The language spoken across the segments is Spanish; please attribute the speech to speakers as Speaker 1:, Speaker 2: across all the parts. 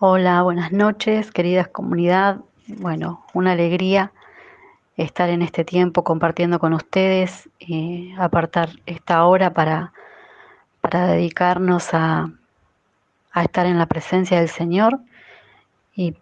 Speaker 1: Hola, buenas noches, queridas comunidad. Bueno, una alegría estar en este tiempo compartiendo con ustedes, apartar esta hora para dedicarnos a estar en la presencia del Señor y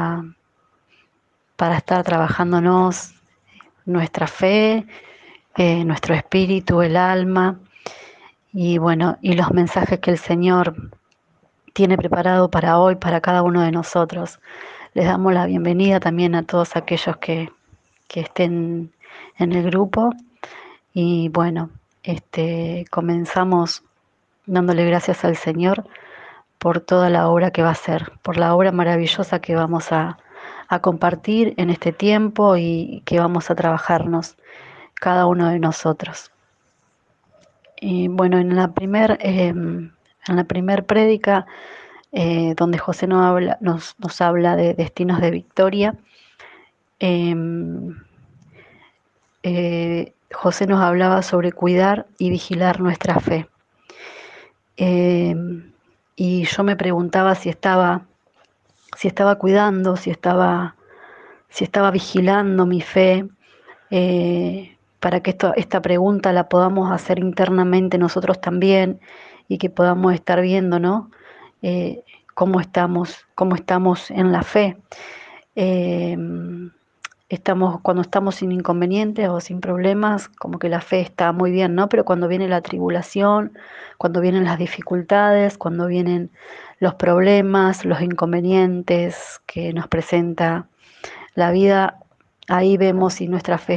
Speaker 1: para estar trabajándonos nuestra fe, nuestro espíritu, el alma y bueno, y los mensajes que el Señor tiene preparado para hoy, para cada uno de nosotros. Les damos la bienvenida también a todos aquellos que estén en el grupo. Y bueno, comenzamos dándole gracias al Señor por toda la obra que va a hacer, por la obra maravillosa que vamos a compartir en este tiempo y que vamos a trabajarnos cada uno de nosotros. Y bueno, en la primer prédica, donde José nos habla de destinos de victoria, em, José nos hablaba sobre cuidar y vigilar nuestra fe. Eh, y yo me preguntaba si estaba cuidando, si estaba vigilando mi fe, para que esta pregunta la podamos hacer internamente nosotros también y que podamos estar viendo, ¿no? Eh, cómo estamos en la fe. Eh, cuando estamos sin inconvenientes o sin problemas, como que la fe está muy bien, ¿no? Pero cuando viene la tribulación, cuando vienen las dificultades, cuando vienen los problemas, los inconvenientes que nos presenta la vida, ahí vemos si nuestra fe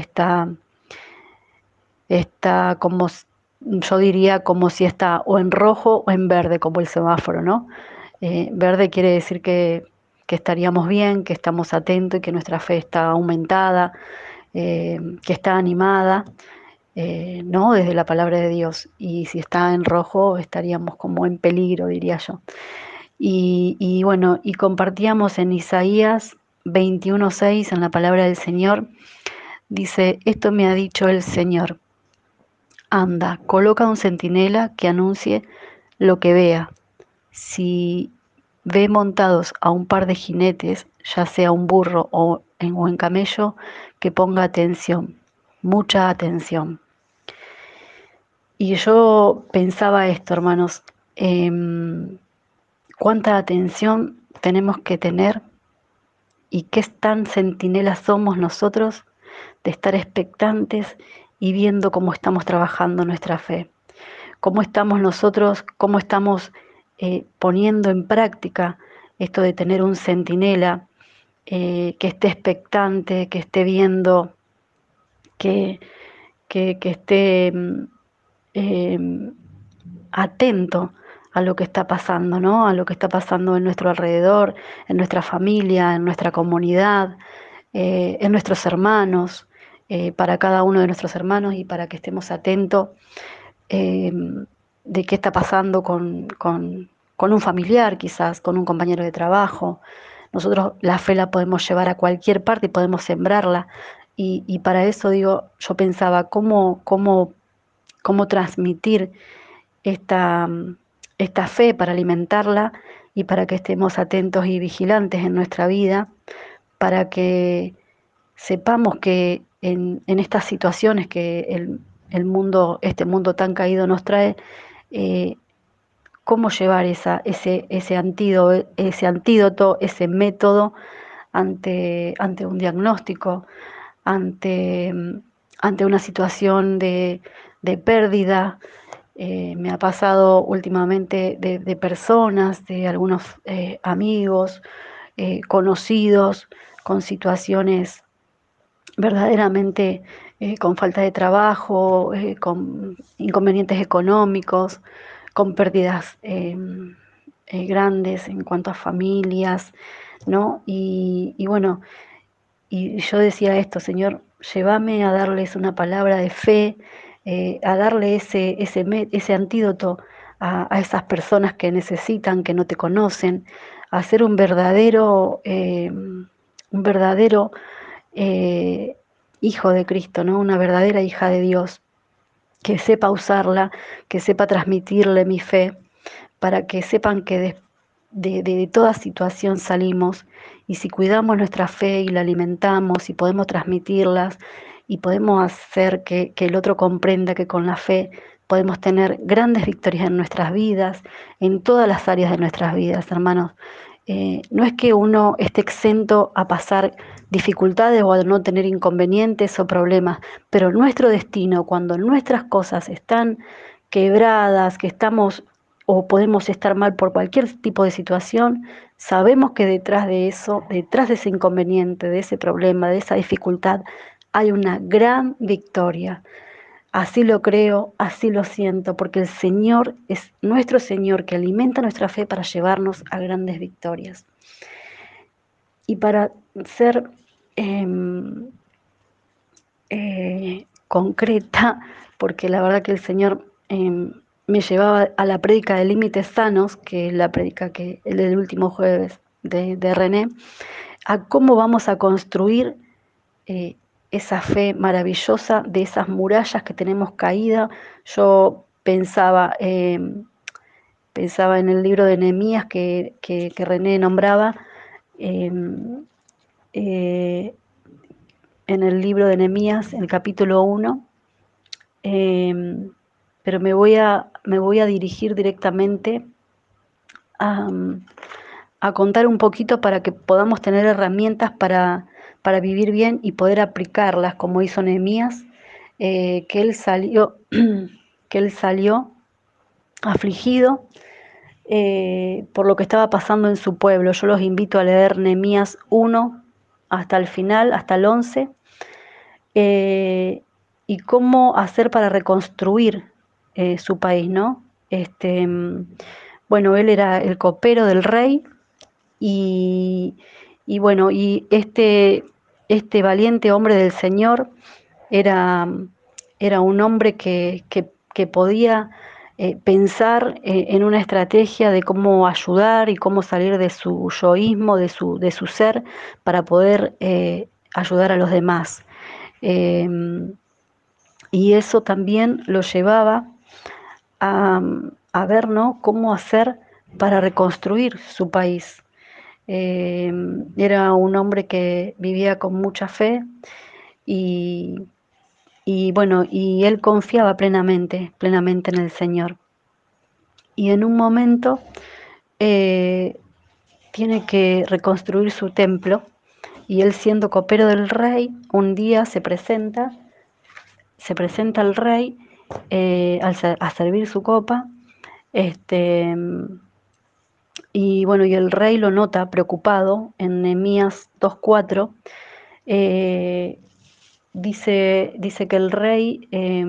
Speaker 1: está como, yo diría, como si está o en rojo o en verde, como el semáforo, ¿no? Verde quiere decir que estaríamos bien, que estamos atentos y que nuestra fe está aumentada, que está animada, ¿no? Desde la palabra de Dios. Y si está en rojo, estaríamos como en peligro, diría yo. Y bueno, y compartíamos en Isaías 21:6, en la palabra del Señor, dice: esto me ha dicho el Señor, anda, coloca un centinela que anuncie lo que vea. Si ve montados a un par de jinetes, ya sea un burro o en camello, que ponga atención, mucha atención. Y yo pensaba esto, hermanos, cuánta atención tenemos que tener y qué tan centinelas somos nosotros de estar expectantes y viendo cómo estamos trabajando nuestra fe, cómo estamos nosotros, cómo estamos poniendo en práctica esto de tener un centinela que esté expectante, que esté viendo, que, que esté eh, atento a lo que está pasando, ¿no? A lo que está pasando en nuestro alrededor, en nuestra familia, en nuestra comunidad, en nuestros hermanos, para cada uno de nuestros hermanos y para que estemos atentos eh, de qué está pasando con un familiar, quizás, con un compañero de trabajo. Nosotros la fe la podemos llevar a cualquier parte y podemos sembrarla. Y para eso digo, yo pensaba cómo transmitir esta, esta fe para alimentarla y para que estemos atentos y vigilantes en nuestra vida, para que sepamos que en estas situaciones que el mundo, este mundo tan caído nos trae, eh, cómo llevar ese antídoto, ese método ante un diagnóstico, ante, ante una situación de pérdida. Me ha pasado últimamente de personas, de algunos amigos, conocidos, con situaciones verdaderamente con falta de trabajo, con inconvenientes económicos, con pérdidas grandes en cuanto a familias, ¿no? Y bueno, y yo decía esto: Señor, llévame a darles una palabra de fe, a darle ese antídoto a esas personas que necesitan, que no te conocen, a ser un verdadero eh, hijo de Cristo, ¿no? Una verdadera hija de Dios, que sepa usarla, que sepa transmitirle mi fe, para que sepan que de toda situación salimos, y si cuidamos nuestra fe y la alimentamos y podemos transmitirlas y podemos hacer que el otro comprenda que con la fe podemos tener grandes victorias en nuestras vidas, en todas las áreas de nuestras vidas, hermanos. No es que uno esté exento a pasar dificultades o a no tener inconvenientes o problemas, pero nuestro destino, cuando nuestras cosas están quebradas, que estamos o podemos estar mal por cualquier tipo de situación, sabemos que detrás de eso, detrás de ese inconveniente, de ese problema, de esa dificultad, hay una gran victoria. Así lo creo, así lo siento, porque el Señor es nuestro Señor que alimenta nuestra fe para llevarnos a grandes victorias. Y para ser concreta, porque la verdad que el Señor me llevaba a la prédica de límites sanos, que es la prédica que el del último jueves de René, a cómo vamos a construir eh, esa fe maravillosa de esas murallas que tenemos caída. Yo pensaba en el libro de Nehemías que René nombraba, eh, eh, en el libro de Nehemías, el capítulo 1, pero me voy a dirigir directamente a, a contar un poquito para que podamos tener herramientas para vivir bien y poder aplicarlas, como hizo Nehemías, que él salió, que él salió afligido por lo que estaba pasando en su pueblo. Yo los invito a leer Nehemías 1 hasta el final, hasta el 11, y cómo hacer para reconstruir su país, ¿no? Bueno, él era el copero del rey y, y bueno, y este valiente hombre del Señor era, era un hombre que podía pensar en una estrategia de cómo ayudar y cómo salir de su yoísmo, de su ser, para poder ayudar a los demás. Eh, y eso también lo llevaba a, a ver, ¿no?, cómo hacer para reconstruir su país. Era un hombre que vivía con mucha fe y, y bueno, y él confiaba plenamente en el Señor. Y en un momento eh, tiene que reconstruir su templo, y él, siendo copero del rey, un día se presenta al rey a servir su copa, este, y bueno, y el rey lo nota preocupado en Nehemías 2:4. eh, dice que el rey,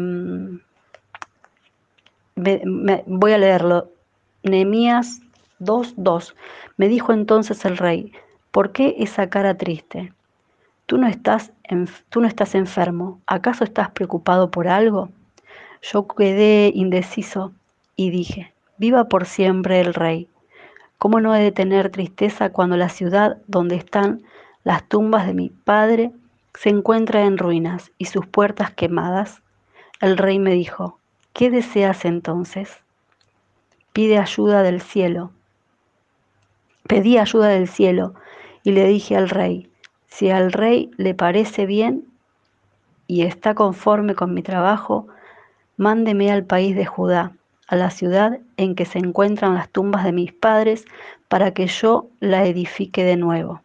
Speaker 1: voy a leerlo, Nehemías 2:2. Me dijo entonces el rey: ¿por qué esa cara triste? Tú no estás enfermo, ¿acaso estás preocupado por algo? Yo quedé indeciso y dije: viva por siempre el rey. ¿Cómo no he de tener tristeza cuando la ciudad donde están las tumbas de mi padre se encuentra en ruinas y sus puertas quemadas? El rey me dijo: ¿qué deseas entonces? Pide ayuda del cielo. Pedí ayuda del cielo y le dije al rey: si al rey le parece bien y está conforme con mi trabajo, mándeme al país de Judá, a la ciudad en que se encuentran las tumbas de mis padres, para que yo la edifique de nuevo.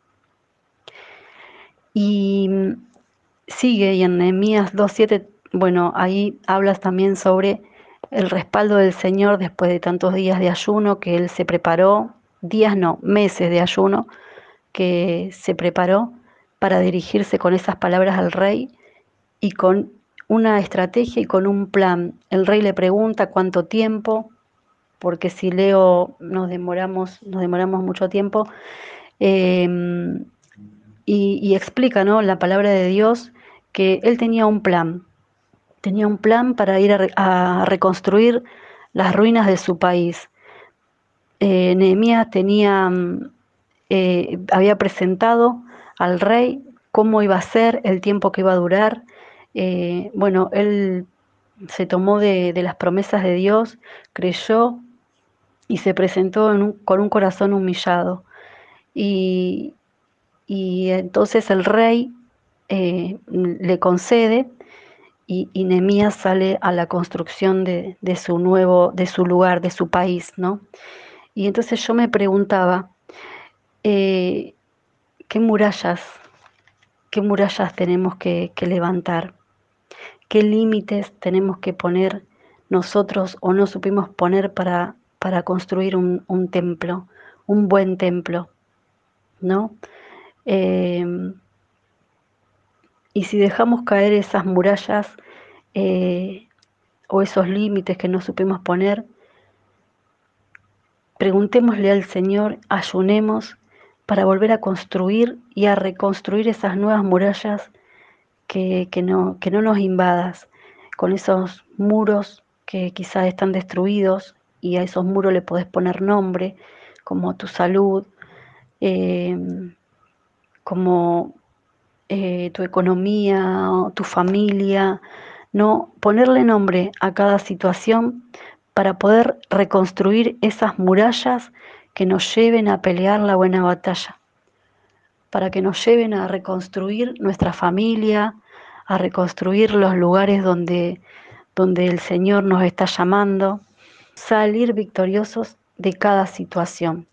Speaker 1: Y sigue, y en Nehemías 2:7, bueno, ahí hablas también sobre el respaldo del Señor después de tantos días de ayuno que él se preparó, días no, meses de ayuno, que se preparó para dirigirse con esas palabras al rey y con una estrategia y con un plan. El rey le pregunta cuánto tiempo, porque si leo nos demoramos mucho tiempo, eh, y explica, ¿no?, la palabra de Dios, que él tenía un plan para ir a reconstruir las ruinas de su país. Nehemías había presentado al rey cómo iba a ser, el tiempo que iba a durar. Bueno, él se tomó de las promesas de Dios, creyó y se presentó con un corazón humillado. Y, y entonces el rey le concede y Nehemías sale a la construcción de su lugar, de su país, ¿no? Y entonces yo me preguntaba, eh, ¿qué murallas, qué murallas tenemos que levantar? ¿Qué límites tenemos que poner nosotros o no supimos poner para construir un templo, un buen templo, ¿no? Eh, y si dejamos caer esas murallas eh, o esos límites que no supimos poner, preguntémosle al Señor, ayunemos para volver a construir y a reconstruir esas nuevas murallas que no nos invadas, con esos muros que quizás están destruidos y a esos muros le podés poner nombre, como tu salud, eh, como tu economía, tu familia, no ponerle nombre a cada situación para poder reconstruir esas murallas que nos lleven a pelear la buena batalla, para que nos lleven a reconstruir nuestra familia, a reconstruir los lugares donde el Señor nos está llamando, salir victoriosos de cada situación.